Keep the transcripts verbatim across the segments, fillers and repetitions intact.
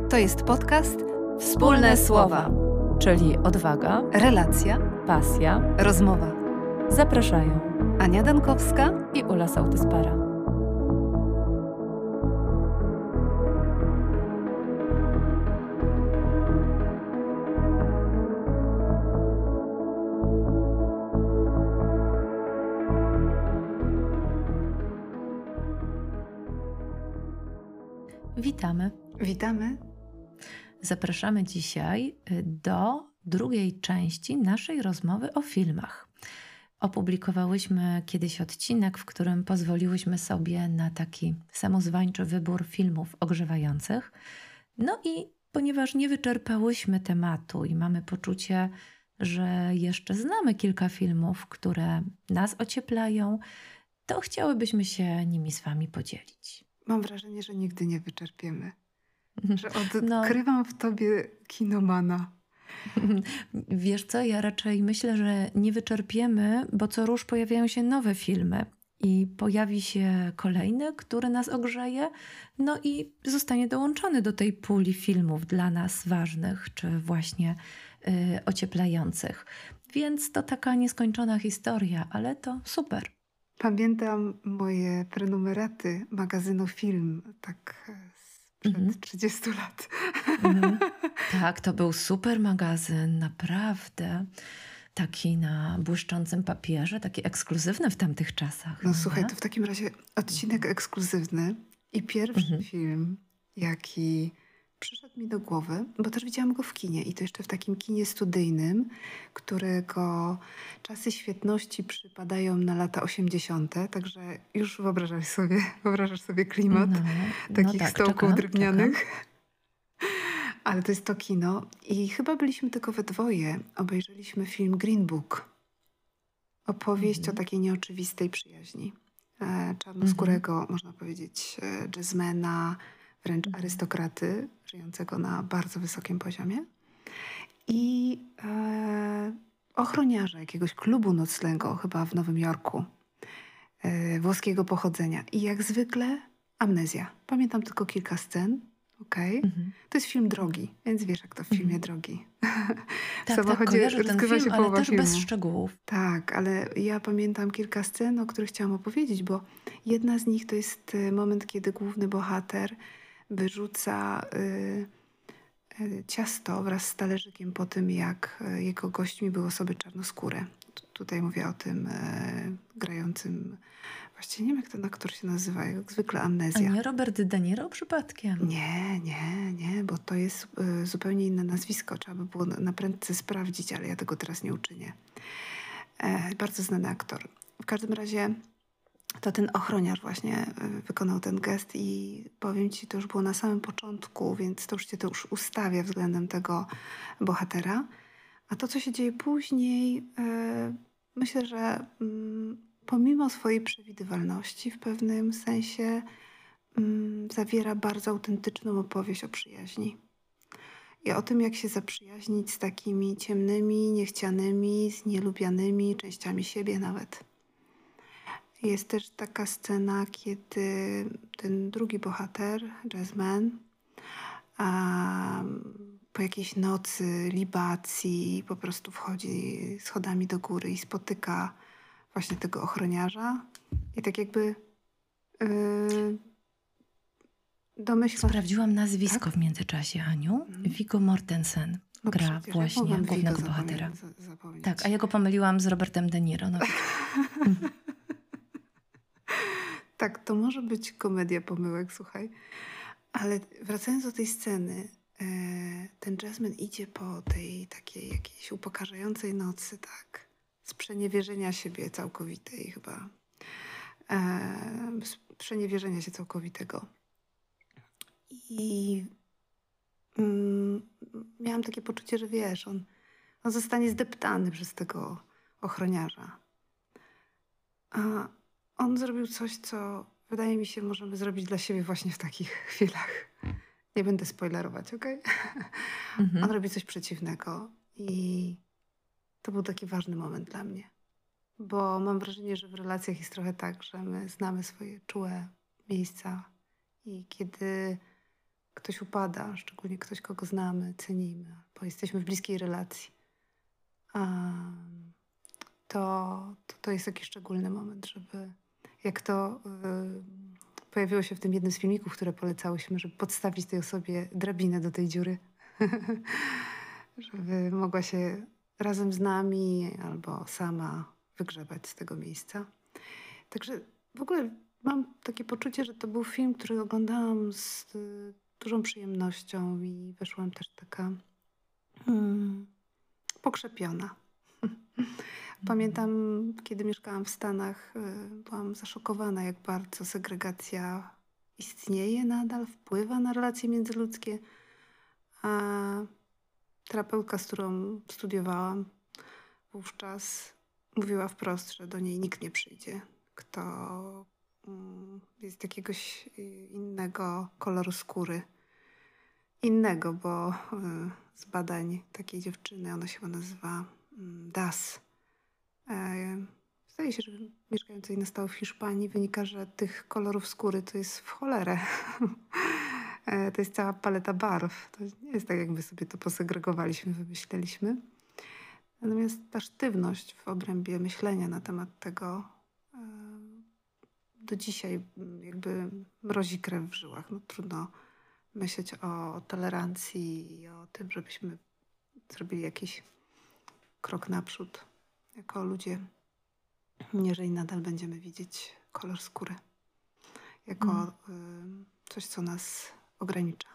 To jest podcast Wspólne Słowa, czyli odwaga, relacja, pasja, rozmowa. Zapraszają Ania Dankowska i Ula Sołtys-Para. Witamy. Witamy. Zapraszamy dzisiaj do drugiej części naszej rozmowy o filmach. Opublikowałyśmy kiedyś odcinek, w którym pozwoliłyśmy sobie na taki samozwańczy wybór filmów ogrzewających. No i ponieważ nie wyczerpałyśmy tematu i mamy poczucie, że jeszcze znamy kilka filmów, które nas ocieplają, to chciałybyśmy się nimi z Wami podzielić. Mam wrażenie, że nigdy nie wyczerpiemy. Że odkrywam no, w tobie kinomana. Wiesz co, ja raczej myślę, że nie wyczerpiemy, bo co rusz pojawiają się nowe filmy i pojawi się kolejny, który nas ogrzeje, no i zostanie dołączony do tej puli filmów dla nas ważnych, czy właśnie yy, ocieplających. Więc to taka nieskończona historia, ale to super. Pamiętam moje prenumeraty magazynu Film, tak sprzed mm-hmm. trzydziestu lat. Mm-hmm. Tak, to był super magazyn, naprawdę. Taki na błyszczącym papierze, taki ekskluzywny w tamtych czasach. No nie? Słuchaj, to w takim razie odcinek ekskluzywny i pierwszy mm-hmm. film, jaki przyszedł mi do głowy, bo też widziałam go w kinie i to jeszcze w takim kinie studyjnym, którego czasy świetności przypadają na lata osiemdziesiąte, także już wyobrażasz sobie, wyobrażasz sobie klimat no, takich no tak, stołków czekam, drewnianych. Czekam. Ale to jest to kino i chyba byliśmy tylko we dwoje. Obejrzeliśmy film Green Book. Opowieść mm-hmm. o takiej nieoczywistej przyjaźni. E, czarnoskórego, mm-hmm. można powiedzieć, e, jazzmana, wręcz arystokraty, żyjącego na bardzo wysokim poziomie i e, ochroniarza jakiegoś klubu nocnego, chyba w Nowym Jorku, e, włoskiego pochodzenia. I jak zwykle amnezja. Pamiętam tylko kilka scen. Okay. Mm-hmm. To jest film drogi, więc wiesz, jak to w filmie mm-hmm. drogi. W tak, samochodzie tak, rozgrywa film, się połowa ale też filmu. Bez szczegółów. Tak, ale ja pamiętam kilka scen, o których chciałam opowiedzieć, bo jedna z nich to jest moment, kiedy główny bohater wyrzuca y, y, ciasto wraz z talerzykiem po tym, jak y, jego gośćmi były osoby czarnoskóre. T- tutaj mówię o tym y, grającym, właściwie nie wiem, jak ten aktor się nazywa, jak zwykle amnezja. A nie Robert De Niro przypadkiem? Nie, nie, nie, bo to jest y, zupełnie inne nazwisko. Trzeba by było na, na prędce sprawdzić, ale ja tego teraz nie uczynię. E, bardzo znany aktor. W każdym razie to ten ochroniarz właśnie wykonał ten gest i powiem ci, to już było na samym początku, więc to już cię to już ustawia względem tego bohatera. A to, co się dzieje później, yy, myślę, że yy, pomimo swojej przewidywalności w pewnym sensie yy, zawiera bardzo autentyczną opowieść o przyjaźni. I o tym, jak się zaprzyjaźnić z takimi ciemnymi, niechcianymi, z nielubianymi częściami siebie nawet. Jest też taka scena, kiedy ten drugi bohater, jazzman, a, po jakiejś nocy libacji po prostu wchodzi schodami do góry i spotyka właśnie tego ochroniarza i tak jakby yy, domyśla... Sprawdziłam nazwisko tak? w międzyczasie, Aniu. Mm. Viggo Mortensen no gra właśnie ja głównego bohatera. Tak, a ja go pomyliłam z Robertem De Niro. No. Tak, to może być komedia pomyłek, słuchaj. Ale wracając do tej sceny, e, ten jazzman idzie po tej takiej jakiejś upokarzającej nocy, tak, sprzeniewierzenia siebie całkowitej chyba. E, sprzeniewierzenia się całkowitego. I mm, miałam takie poczucie, że wiesz, on, on zostanie zdeptany przez tego ochroniarza. A on zrobił coś, co wydaje mi się, możemy zrobić dla siebie właśnie w takich chwilach. Nie będę spoilerować, okej? Okay? Mm-hmm. On robi coś przeciwnego i to był taki ważny moment dla mnie. Bo mam wrażenie, że w relacjach jest trochę tak, że my znamy swoje czułe miejsca i kiedy ktoś upada, szczególnie ktoś, kogo znamy, cenimy, bo jesteśmy w bliskiej relacji, to, to, to jest taki szczególny moment, żeby jak to y, pojawiło się w tym jednym z filmików, które polecałyśmy, żeby podstawić tej osobie drabinę do tej dziury, żeby mogła się razem z nami albo sama wygrzebać z tego miejsca. Także w ogóle mam takie poczucie, że to był film, który oglądałam z y, dużą przyjemnością i wyszłam też taka mm, pokrzepiona. Pamiętam, kiedy mieszkałam w Stanach, y, byłam zaszokowana, jak bardzo segregacja istnieje nadal, wpływa na relacje międzyludzkie. A terapeutka, z którą studiowałam wówczas, mówiła wprost, że do niej nikt nie przyjdzie, kto mm, jest jakiegoś innego koloru skóry. Innego, bo y, z badań takiej dziewczyny, ona się nazywa mm, Das. E, Zdaje się, że mieszkającej na stałe w Hiszpanii wynika, że tych kolorów skóry to jest w cholerę. E, To jest cała paleta barw. To nie jest tak, jak my sobie to posegregowaliśmy, wymyśleliśmy. Natomiast ta sztywność w obrębie myślenia na temat tego e, do dzisiaj mm, jakby mrozi krew w żyłach. No, trudno myśleć o tolerancji i o tym, żebyśmy zrobili jakiś krok naprzód jako ludzie, jeżeli nadal będziemy widzieć kolor skóry jako Mm. y, coś, co nas ogranicza.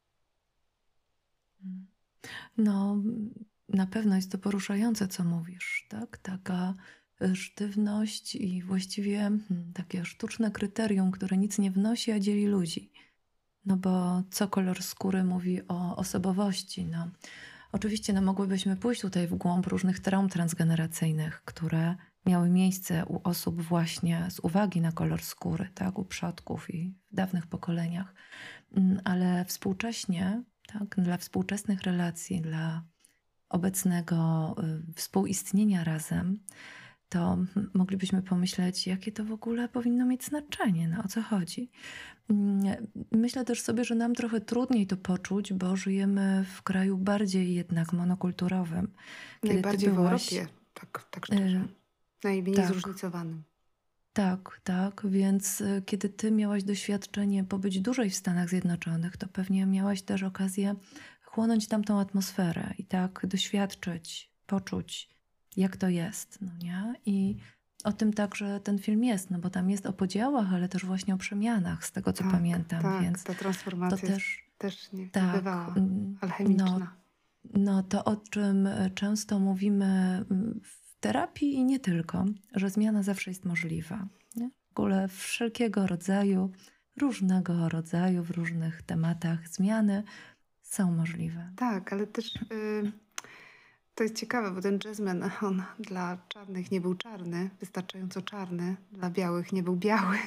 No, na pewno jest to poruszające, co mówisz, tak? Taka y, sztywność i właściwie hmm, takie sztuczne kryterium, które nic nie wnosi, a dzieli ludzi. No bo co kolor skóry mówi o osobowości? No, oczywiście no, mogłybyśmy pójść tutaj w głąb różnych traum transgeneracyjnych, które miały miejsce u osób właśnie z uwagi na kolor skóry, tak? U przodków i w dawnych pokoleniach. Mm, Ale współcześnie, tak? Dla współczesnych relacji, dla obecnego y, współistnienia razem, to mm, moglibyśmy pomyśleć, jakie to w ogóle powinno mieć znaczenie, no o co chodzi. Mm, Myślę też sobie, że nam trochę trudniej to poczuć, bo żyjemy w kraju bardziej jednak monokulturowym. Kiedy ty Najbardziej w byłaś, Europie, tak, tak szczerze. y, Najmniej tak, zróżnicowanym. tak, tak, więc y, kiedy ty miałaś doświadczenie pobyć dłużej w Stanach Zjednoczonych, to pewnie miałaś też okazję chłonąć tamtą atmosferę i tak doświadczyć, poczuć, jak to jest, no nie? I o tym także ten film jest, no bo tam jest o podziałach, ale też właśnie o przemianach, z tego co Tak, pamiętam, tak, więc ta to transformacja jest też, też nie, tak, niebywała, mm, no, alchemiczna. no to o czym y, często mówimy mm, w terapii i nie tylko, że zmiana zawsze jest możliwa. Nie? W ogóle wszelkiego rodzaju, różnego rodzaju, w różnych tematach zmiany są możliwe. Tak, ale też y, to jest ciekawe, bo ten jazzman, on dla czarnych nie był czarny, wystarczająco czarny, dla białych nie był biały.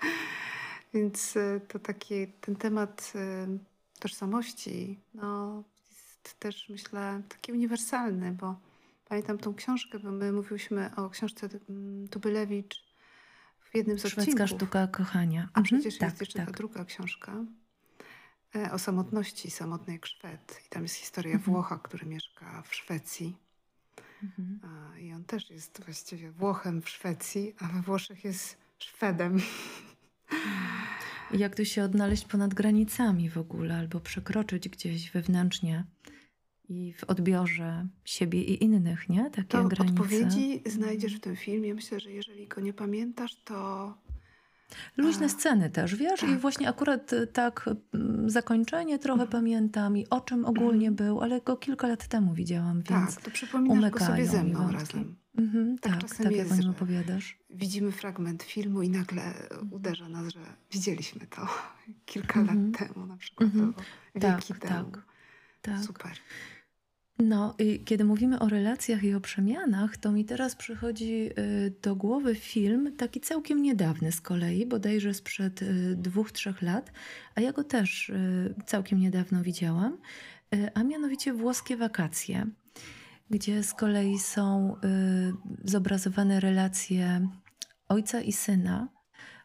Więc y, to taki, ten temat y, tożsamości, no, jest też, myślę, taki uniwersalny, bo pamiętam tą książkę, bo my mówiłyśmy o książce mm, Tubylewicz w jednym z Szwedzka odcinków. sztuka kochania. A Mhm, przecież tak, jest jeszcze ta tak. druga książka e, o samotności, samotnej jak Szwed. I tam jest historia Mhm, Włocha, który mieszka w Szwecji. mhm. A, I on też jest właściwie Włochem w Szwecji, a we Włoszech jest Szwedem. Mm. I jak tu się odnaleźć ponad granicami w ogóle, albo przekroczyć gdzieś wewnętrznie i w odbiorze siebie i innych, nie? Takie To granice. odpowiedzi znajdziesz w tym filmie. Myślę, że jeżeli go nie pamiętasz, to Luźne a, sceny też, wiesz? I tak. właśnie akurat y, tak mm, zakończenie trochę pamiętam i o czym ogólnie Mhm. był, ale go kilka lat temu widziałam, więc Tak, to przypominasz go sobie ze umykają mi mną wątki. razem. Mhm, Tak tak, czasem tak jak jest, o nim że opowiadasz. widzimy fragment filmu i nagle uderza nas, że widzieliśmy to kilka Mhm, lat temu na przykład, mhm. albo Tak, wieki temu. tak, tak. Super. No i kiedy mówimy o relacjach i o przemianach, to mi teraz przychodzi y, do głowy film taki całkiem niedawny z kolei, bodajże sprzed y, dwóch, trzech lat, a ja go też y, całkiem niedawno widziałam, y, a mianowicie Włoskie wakacje, gdzie z kolei są y, zobrazowane relacje ojca i syna,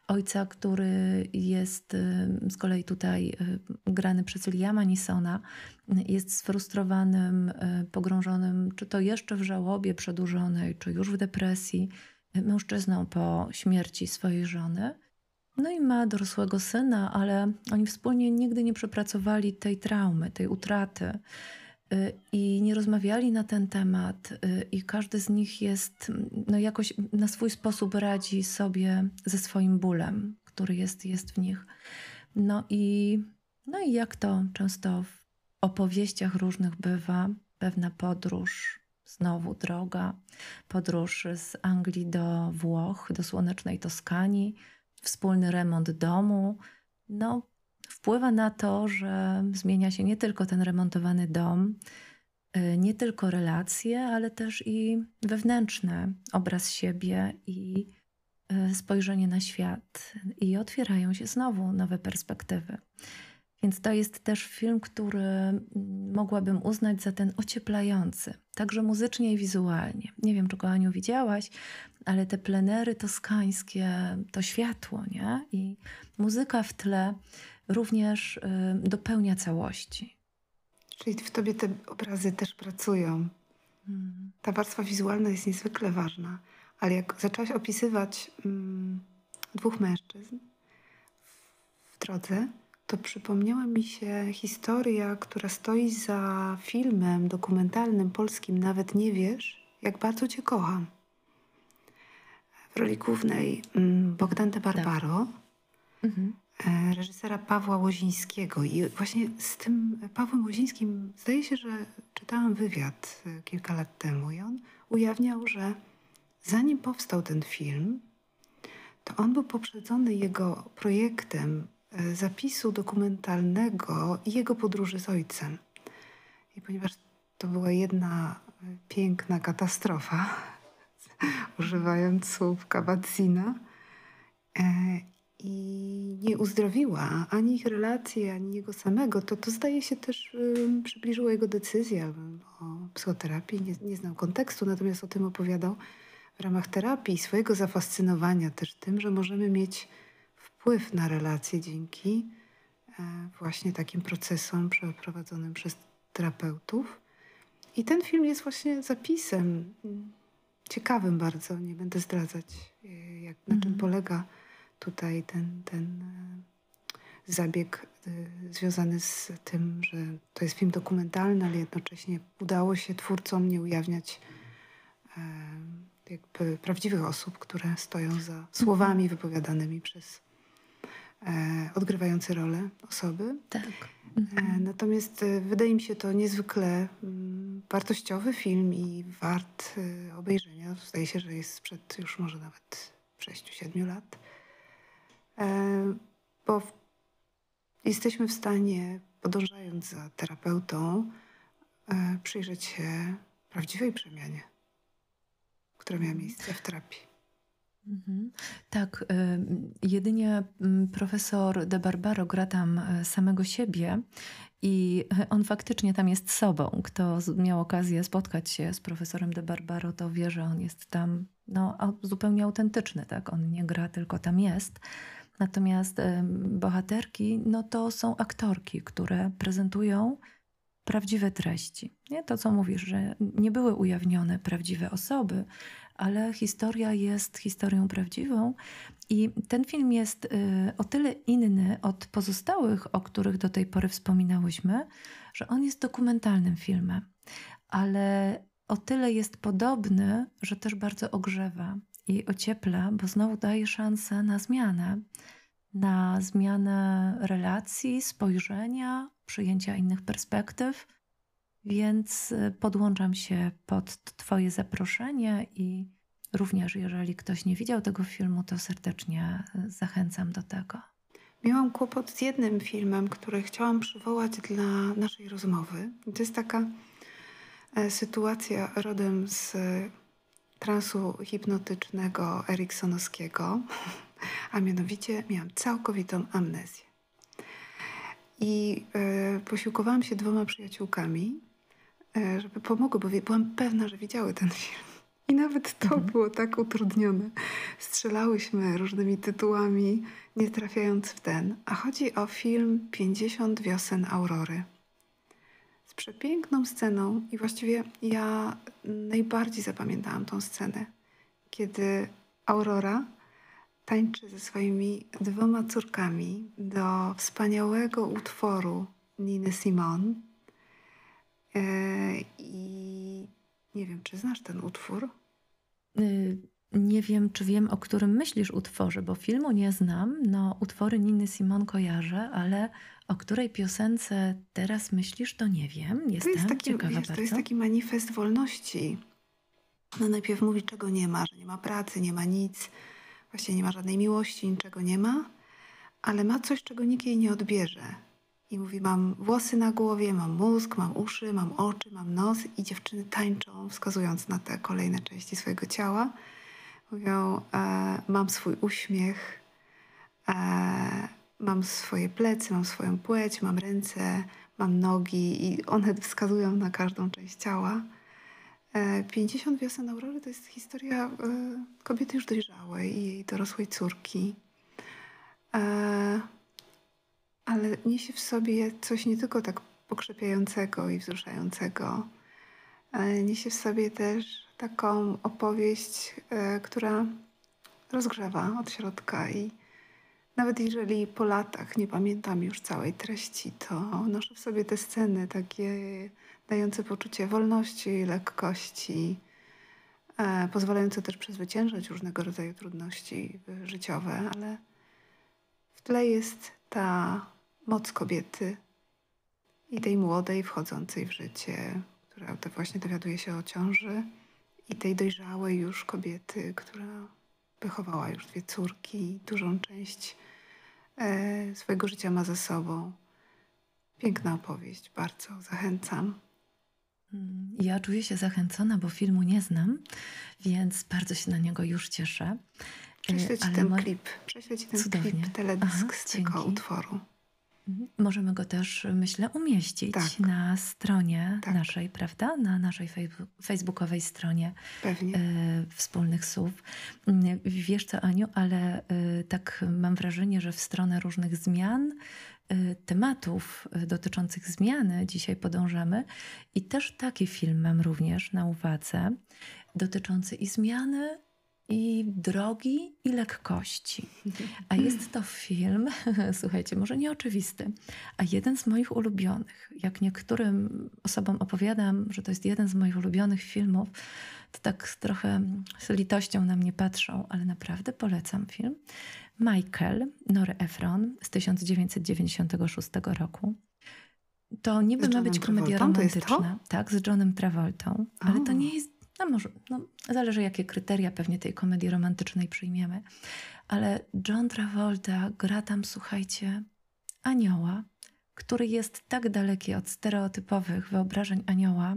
ojca, który jest z kolei tutaj grany przez Liama Neesona, jest sfrustrowanym, pogrążonym, czy to jeszcze w żałobie przedłużonej, czy już w depresji, mężczyzną po śmierci swojej żony. No i ma dorosłego syna, ale oni wspólnie nigdy nie przepracowali tej traumy, tej utraty i nie rozmawiali na ten temat i każdy z nich jest, no jakoś na swój sposób radzi sobie ze swoim bólem, który jest, jest w nich. No i, no i jak to często w opowieściach różnych bywa, pewna podróż, znowu droga, podróż z Anglii do Włoch, do słonecznej Toskanii, wspólny remont domu, no wpływa na to, że zmienia się nie tylko ten remontowany dom, nie tylko relacje, ale też i wewnętrzny obraz siebie i spojrzenie na świat. I otwierają się znowu nowe perspektywy. Więc to jest też film, który mogłabym uznać za ten ocieplający, także muzycznie i wizualnie. Nie wiem, czy go, Aniu, widziałaś, ale te plenery toskańskie, to światło, nie? I muzyka w tle również y, dopełnia całości. Czyli w tobie te obrazy też pracują. Hmm. Ta warstwa wizualna jest niezwykle ważna. Ale jak zaczęłaś opisywać mm, dwóch mężczyzn w, w drodze, to przypomniała mi się historia, która stoi za filmem dokumentalnym polskim Nawet nie wiesz, jak bardzo cię kocham. W roli głównej Bogdan de Barbaro, tak. mhm. reżysera Pawła Łozińskiego. I właśnie z tym Pawłem Łozińskim zdaje się, że czytałam wywiad kilka lat temu i on ujawniał, że zanim powstał ten film, to on był poprzedzony jego projektem zapisu dokumentalnego i jego podróży z ojcem. I ponieważ to była jedna piękna katastrofa, używając słów Kabat-Zina, i nie uzdrowiła ani ich relacji, ani jego samego, to to zdaje się też y, przybliżyło jego decyzję o psychoterapii. Nie, nie znam kontekstu, natomiast o tym opowiadał w ramach terapii, swojego zafascynowania też tym, że możemy mieć wpływ na relacje dzięki e, właśnie takim procesom przeprowadzonym przez terapeutów. I ten film jest właśnie zapisem ciekawym bardzo, nie będę zdradzać, jak, na mm. czym polega tutaj ten, ten e, zabieg e, związany z tym, że to jest film dokumentalny, ale jednocześnie udało się twórcom nie ujawniać e, jakby prawdziwych osób, które stoją za słowami wypowiadanymi przez e, odgrywające rolę osoby. Tak. E, natomiast e, wydaje mi się to niezwykle m, wartościowy film i wart e, obejrzenia. Zdaje się, że jest sprzed już może nawet sześciu siedmiu lat. E, bo w, jesteśmy w stanie, podążając za terapeutą, e, przyjrzeć się prawdziwej przemianie, która miała miejsce w terapii. Mhm. Tak, y, jedynie profesor de Barbaro gra tam samego siebie i on faktycznie tam jest sobą. Kto miał okazję spotkać się z profesorem de Barbaro, to wie, że on jest tam no, zupełnie autentyczny. Tak? On nie gra, tylko tam jest. Natomiast y, bohaterki, no to są aktorki, które prezentują prawdziwe treści. Nie? To, co mówisz, że nie były ujawnione prawdziwe osoby, ale historia jest historią prawdziwą i ten film jest y, o tyle inny od pozostałych, o których do tej pory wspominałyśmy, że on jest dokumentalnym filmem, ale o tyle jest podobny, że też bardzo ogrzewa i ociepla, bo znowu daje szansę na zmianę, na zmianę relacji, spojrzenia, przyjęcia innych perspektyw, więc podłączam się pod Twoje zaproszenie i również jeżeli ktoś nie widział tego filmu, to serdecznie zachęcam do tego. Miałam kłopot z jednym filmem, który chciałam przywołać dla naszej rozmowy. To jest taka e, sytuacja rodem z e, transu hipnotycznego eriksonowskiego, a mianowicie miałam całkowitą amnezję. I e, posiłkowałam się dwoma przyjaciółkami, e, żeby pomogły, bo wie, byłam pewna, że widziały ten film. I nawet to Mhm. było tak utrudnione. Strzelałyśmy różnymi tytułami, nie trafiając w ten. A chodzi o film pięćdziesiąt wiosen Aurory. Z przepiękną sceną i właściwie ja najbardziej zapamiętałam tą scenę, kiedy Aurora tańczy ze swoimi dwoma córkami do wspaniałego utworu Niny Simone. E, I nie wiem, czy znasz ten utwór? Y, Nie wiem, czy wiem, o którym myślisz utworze, bo filmu nie znam. No, utwory Niny Simone kojarzę, ale o której piosence teraz myślisz, to nie wiem. To jest Jestem taki, ciekawa wiesz, to jest bardzo. taki manifest wolności. No najpierw mówi, czego nie ma, że nie ma pracy, nie ma nic, właściwie nie ma żadnej miłości, niczego nie ma, ale ma coś, czego nikt jej nie odbierze. I mówi, mam włosy na głowie, mam mózg, mam uszy, mam oczy, mam nos i dziewczyny tańczą, wskazując na te kolejne części swojego ciała. Mówią, e, mam swój uśmiech, e, mam swoje plecy, mam swoją płeć, mam ręce, mam nogi i one wskazują na każdą część ciała. E, pięćdziesiąt wiosen Aurory to jest historia e, kobiety już dojrzałej i jej dorosłej córki. E, ale niesie w sobie coś nie tylko tak pokrzepiającego i wzruszającego. E, niesie w sobie też taką opowieść, e, która rozgrzewa od środka i nawet jeżeli po latach nie pamiętam już całej treści, to noszę w sobie te sceny takie dające poczucie wolności, lekkości, e, pozwalające też przezwyciężać różnego rodzaju trudności y, życiowe, ale w tle jest ta moc kobiety i tej młodej, wchodzącej w życie, która to właśnie dowiaduje się o ciąży i tej dojrzałej już kobiety, która wychowała już dwie córki, dużą część e, swojego życia ma za sobą. Piękna opowieść, bardzo zachęcam. Mm, Ja czuję się zachęcona, bo filmu nie znam, więc bardzo się na niego już cieszę. Y, Prześlę ci Ale ten mo- klip, prześlę ci ten cudownie. klip, teledysk Aha, z tego dzięki. utworu. Mhm. Możemy go też, myślę, umieścić Tak. na stronie Tak. naszej, prawda? Na naszej fejbu- facebookowej stronie Pewnie. e, Wspólnych Słów. Mm, Wiesz co, Aniu, ale e, tak mam wrażenie, że w stronę różnych zmian, e, tematów e, dotyczących zmiany dzisiaj podążamy i też taki film mam również na uwadze, dotyczący i zmiany, i drogi, i lekkości. A jest to film, słuchajcie, może nieoczywisty, a jeden z moich ulubionych. Jak niektórym osobom opowiadam, że to jest jeden z moich ulubionych filmów, to tak trochę z litością na mnie patrzą, ale naprawdę polecam film. Michael, Nory Ephron z tysiąc dziewięćset dziewięćdziesiątego szóstego roku. To niby Z ma Johnem być komedia Travoltą? To jest to? romantyczna, tak, z Johnem Travoltą, ale to O. nie jest, no może, no, zależy jakie kryteria pewnie tej komedii romantycznej przyjmiemy, ale John Travolta gra tam, słuchajcie, anioła, który jest tak daleki od stereotypowych wyobrażeń anioła,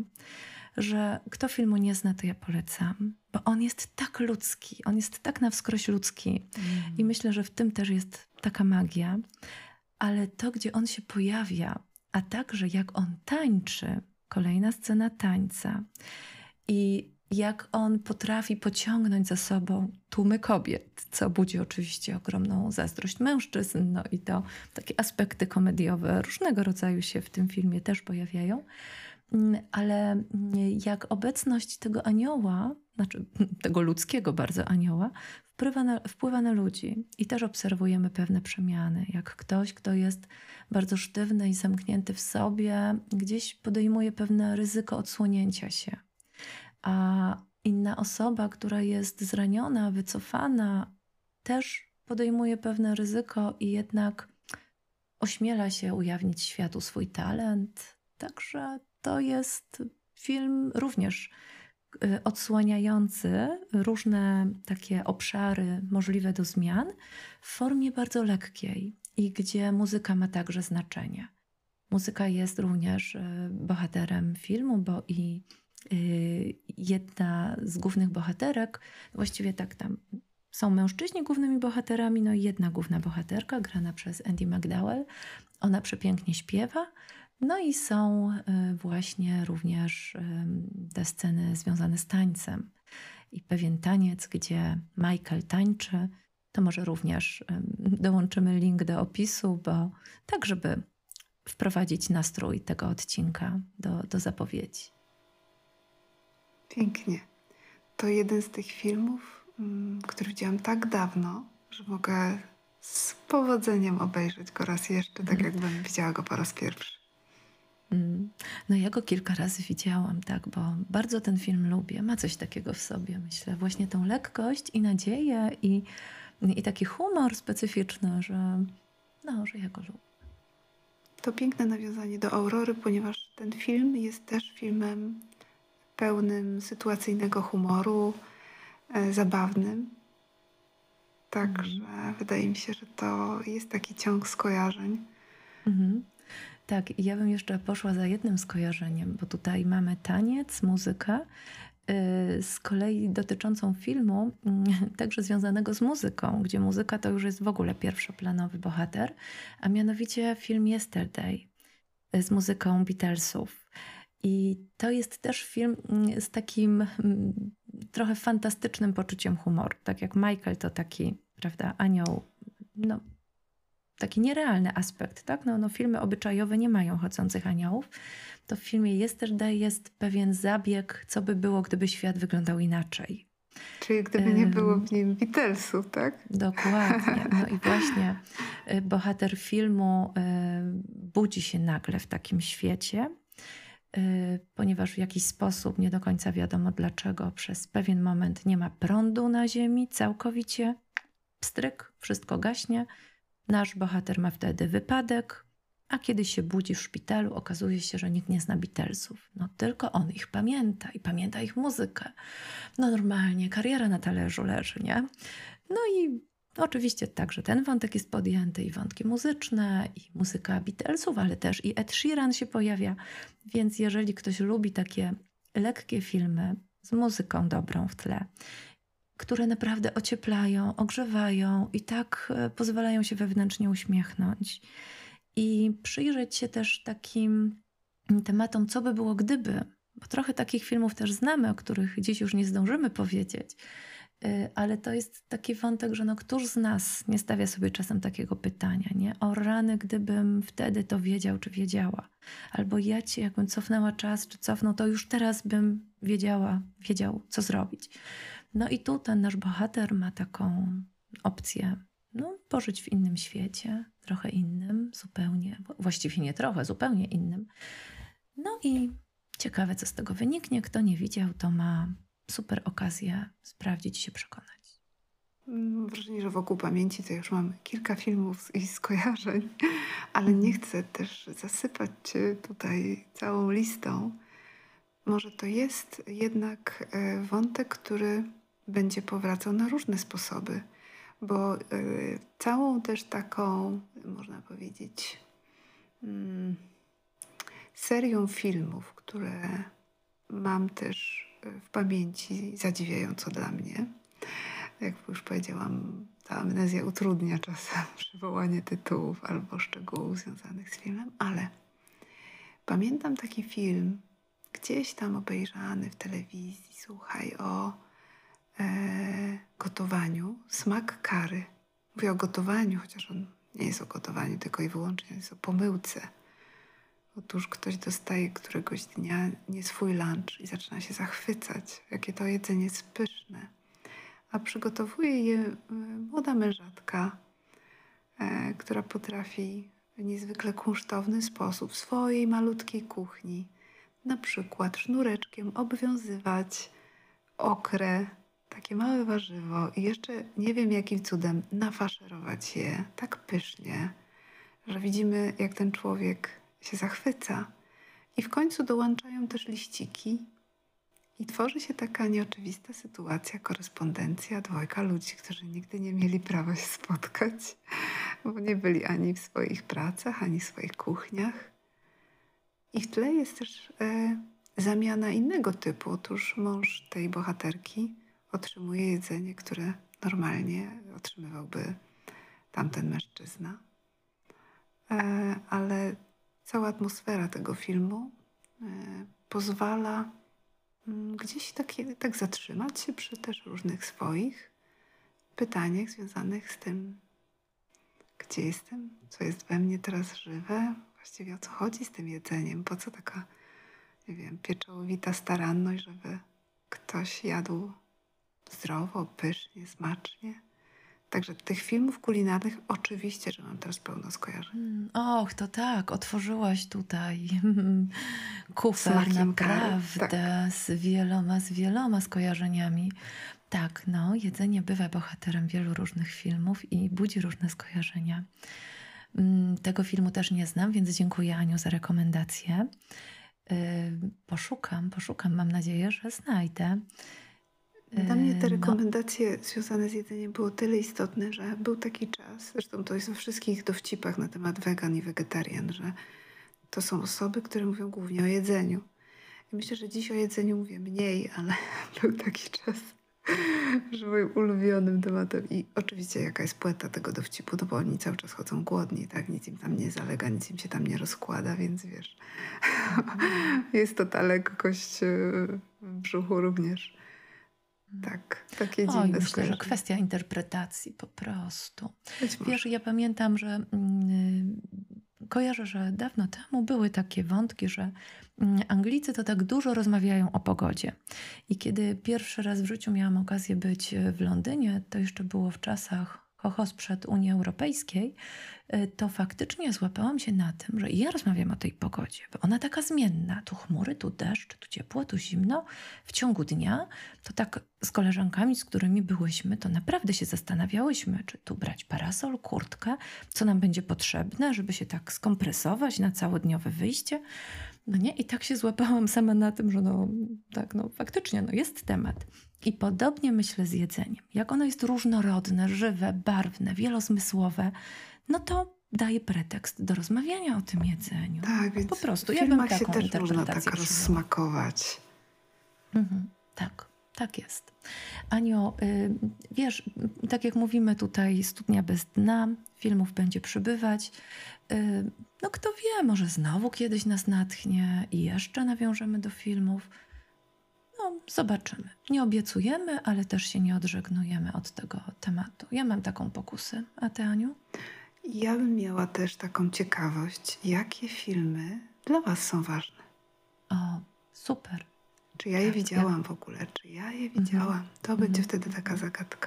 że kto filmu nie zna, to ja polecam, bo on jest tak ludzki, on jest tak na wskroś ludzki i myślę, że w tym też jest taka magia, ale to, gdzie on się pojawia, a także jak on tańczy, kolejna scena tańca i jak on potrafi pociągnąć za sobą tłumy kobiet, co budzi oczywiście ogromną zazdrość mężczyzn, no i to takie aspekty komediowe różnego rodzaju się w tym filmie też pojawiają, ale jak obecność tego anioła, znaczy tego ludzkiego bardzo anioła, wpływa na, wpływa na ludzi i też obserwujemy pewne przemiany, jak ktoś, kto jest bardzo sztywny i zamknięty w sobie, gdzieś podejmuje pewne ryzyko odsłonięcia się. A inna osoba, która jest zraniona, wycofana, też podejmuje pewne ryzyko i jednak ośmiela się ujawnić światu swój talent. Także to jest film również y, odsłaniający różne takie obszary możliwe do zmian w formie bardzo lekkiej i gdzie muzyka ma także znaczenie. Muzyka jest również y, bohaterem filmu, bo i y, jedna z głównych bohaterek, właściwie tak tam są mężczyźni głównymi bohaterami, no i jedna główna bohaterka grana przez Andie McDowell. Ona przepięknie śpiewa. No i są y, właśnie również y, te sceny związane z tańcem. i pewien taniec, gdzie Michael tańczy. To może również dołączymy link do opisu, bo tak, żeby wprowadzić nastrój tego odcinka do, do zapowiedzi. Pięknie. To jeden z tych filmów, który widziałam tak dawno, że mogę z powodzeniem obejrzeć go raz jeszcze, tak jakbym widziała go po raz pierwszy. No ja go kilka razy widziałam, tak, bo bardzo ten film lubię. Ma coś takiego w sobie, myślę. Właśnie tą lekkość i nadzieję i, i taki humor specyficzny, że, no, że ja go lubię. To piękne nawiązanie do Aurory, ponieważ ten film jest też filmem pełnym sytuacyjnego humoru, e, zabawnym. Także mm. wydaje mi się, że to jest taki ciąg skojarzeń. Mhm. Tak, i ja bym jeszcze poszła za jednym skojarzeniem, bo tutaj mamy taniec, muzykę, yy, z kolei dotyczącą filmu, yy, także związanego z muzyką, gdzie muzyka to już jest w ogóle pierwszoplanowy bohater, a mianowicie film Yesterday yy, z muzyką Beatlesów. I to jest też film yy, z takim yy, trochę fantastycznym poczuciem humoru. Tak jak Michael to taki, prawda, anioł, no taki nierealny aspekt, tak? No, no filmy obyczajowe nie mają chodzących aniołów. To w filmie Yesterday jest pewien zabieg, co by było, gdyby świat wyglądał inaczej. Czyli gdyby nie było w nim Beatlesów, tak? Dokładnie. No i właśnie bohater filmu budzi się nagle w takim świecie, ponieważ w jakiś sposób, nie do końca wiadomo dlaczego, przez pewien moment nie ma prądu na ziemi, całkowicie pstryk, wszystko gaśnie. Nasz bohater ma wtedy wypadek, a kiedy się budzi w szpitalu, okazuje się, że nikt nie zna Beatlesów. No tylko on ich pamięta i pamięta ich muzykę. No normalnie, kariera na talerzu leży, nie? No i oczywiście także ten wątek jest podjęty i wątki muzyczne, i muzyka Beatlesów, ale też i Ed Sheeran się pojawia. Więc jeżeli ktoś lubi takie lekkie filmy z muzyką dobrą w tle, które naprawdę ocieplają, ogrzewają i tak pozwalają się wewnętrznie uśmiechnąć. I przyjrzeć się też takim tematom, co by było gdyby, bo trochę takich filmów też znamy, o których dziś już nie zdążymy powiedzieć, ale to jest taki wątek, że no któż z nas nie stawia sobie czasem takiego pytania, nie? O rany, gdybym wtedy to wiedział, czy wiedziała. Albo ja ci, jakbym cofnęła czas, czy cofnął, to już teraz bym wiedziała, wiedział, co zrobić. No i tu ten nasz bohater ma taką opcję, no, pożyć w innym świecie, trochę innym, zupełnie, właściwie nie trochę, zupełnie innym. No i ciekawe, co z tego wyniknie. Kto nie widział, to ma super okazję sprawdzić i się przekonać. Mam wrażenie, że wokół pamięci to już mam kilka filmów i skojarzeń, ale nie chcę też zasypać cię tutaj całą listą. Może to jest jednak wątek, który będzie powracał na różne sposoby, bo y, całą też taką, można powiedzieć, mm, serią filmów, które mam też w pamięci, zadziwiająco dla mnie. Jak już powiedziałam, ta amnezja utrudnia czasem przywołanie tytułów albo szczegółów związanych z filmem, ale pamiętam taki film, gdzieś tam obejrzany w telewizji, słuchaj, o e, gotowaniu, Smak kary. Mówię o gotowaniu, chociaż on nie jest o gotowaniu tylko i wyłącznie, jest o pomyłce. Otóż ktoś dostaje któregoś dnia nie swój lunch i zaczyna się zachwycać, jakie to jedzenie jest pyszne. A przygotowuje je młoda mężatka, e, która potrafi w niezwykle kunsztowny sposób w swojej malutkiej kuchni na przykład sznureczkiem obwiązywać okrę, takie małe warzywo i jeszcze nie wiem jakim cudem nafaszerować je tak pysznie, że widzimy jak ten człowiek się zachwyca. I w końcu dołączają też liściki i tworzy się taka nieoczywista sytuacja, korespondencja, dwojga ludzi, którzy nigdy nie mieli prawa się spotkać, bo nie byli ani w swoich pracach, ani w swoich kuchniach. I w tle jest też e, zamiana innego typu. Otóż mąż tej bohaterki otrzymuje jedzenie, które normalnie otrzymywałby tamten mężczyzna. E, ale cała atmosfera tego filmu e, pozwala mm, gdzieś takie, tak zatrzymać się przy też różnych swoich pytaniach związanych z tym, gdzie jestem, co jest we mnie teraz żywe, właściwie o co chodzi z tym jedzeniem, po co taka, nie wiem, pieczołowita staranność, żeby ktoś jadł zdrowo, pysznie, smacznie. Także tych filmów kulinarnych oczywiście, że mam teraz pełno skojarzeń. Mm, Och, to tak, otworzyłaś tutaj kufer Smakiem kary, naprawdę z wieloma, z wieloma skojarzeniami. Tak, no, jedzenie bywa bohaterem wielu różnych filmów i budzi różne skojarzenia. Mm, Tego filmu też nie znam, więc dziękuję Aniu za rekomendację. Yy, Poszukam, poszukam, mam nadzieję, że znajdę. Dla mnie te Yy, No, rekomendacje związane z jedzeniem było tyle istotne, że był taki czas, zresztą to jest we wszystkich dowcipach na temat wegan i wegetarian, że to są osoby, które mówią głównie o jedzeniu. I myślę, że dziś o jedzeniu mówię mniej, ale był taki czas, że moim ulubionym tematem i oczywiście jaka jest puenta tego dowcipu, no bo oni cały czas chodzą głodni, tak? Nic im tam nie zalega, nic im się tam nie rozkłada, więc wiesz, jest to ta lekkość yy, w brzuchu również. Tak, takie oj, dziwne myślę, że skojarzenie. kwestia interpretacji po prostu. Być może. Wiesz, ja pamiętam, że mm, kojarzę, że dawno temu były takie wątki, że mm, Anglicy to tak dużo rozmawiają o pogodzie. I kiedy pierwszy raz w życiu miałam okazję być w Londynie, to jeszcze było w czasach ho-ho sprzed Unii Europejskiej, y, to faktycznie złapałam się na tym, że ja rozmawiam o tej pogodzie, bo ona taka zmienna. Tu chmury, tu deszcz, tu ciepło, tu zimno. W ciągu dnia to tak z koleżankami, z którymi byłyśmy, to naprawdę się zastanawiałyśmy, czy tu brać parasol, kurtkę, co nam będzie potrzebne, żeby się tak skompresować na całodniowe wyjście. No nie? I tak się złapałam sama na tym, że no tak, no faktycznie, no jest temat. I podobnie myślę z jedzeniem. Jak ono jest różnorodne, żywe, barwne, wielozmysłowe, no to daje pretekst do rozmawiania o tym jedzeniu. Tak, więc Po prostu, w ja bym filmach się taką też można tak interpretację przyjęła. rozsmakować. Mhm, tak, tak jest. Anio, y, wiesz, y, tak jak mówimy tutaj, studnia bez dna, filmów będzie przybywać. Y, no kto wie, może znowu kiedyś nas natchnie i jeszcze nawiążemy do filmów. No, zobaczymy. Nie obiecujemy, ale też się nie odżegnujemy od tego tematu. Ja mam taką pokusę. A ty, Aniu? Ja bym miała też taką ciekawość, jakie filmy dla was są ważne. O, super. Czy ja je Tak, widziałam w ogóle? Czy ja je widziałam? To będzie wtedy taka zagadka.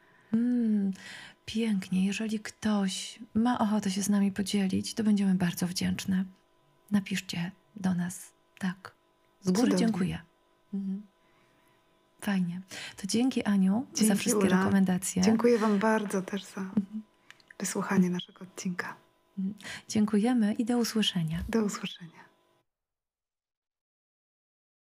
Mm, Pięknie. Jeżeli ktoś ma ochotę się z nami podzielić, to będziemy bardzo wdzięczne. Napiszcie do nas. Tak. Z góry Cudownie. dziękuję. Mhm. Fajnie. To dzięki, Aniu, za Dzięki, wszystkie Ula. rekomendacje. Dziękuję wam bardzo też za wysłuchanie naszego odcinka. Dziękujemy i do usłyszenia. Do usłyszenia.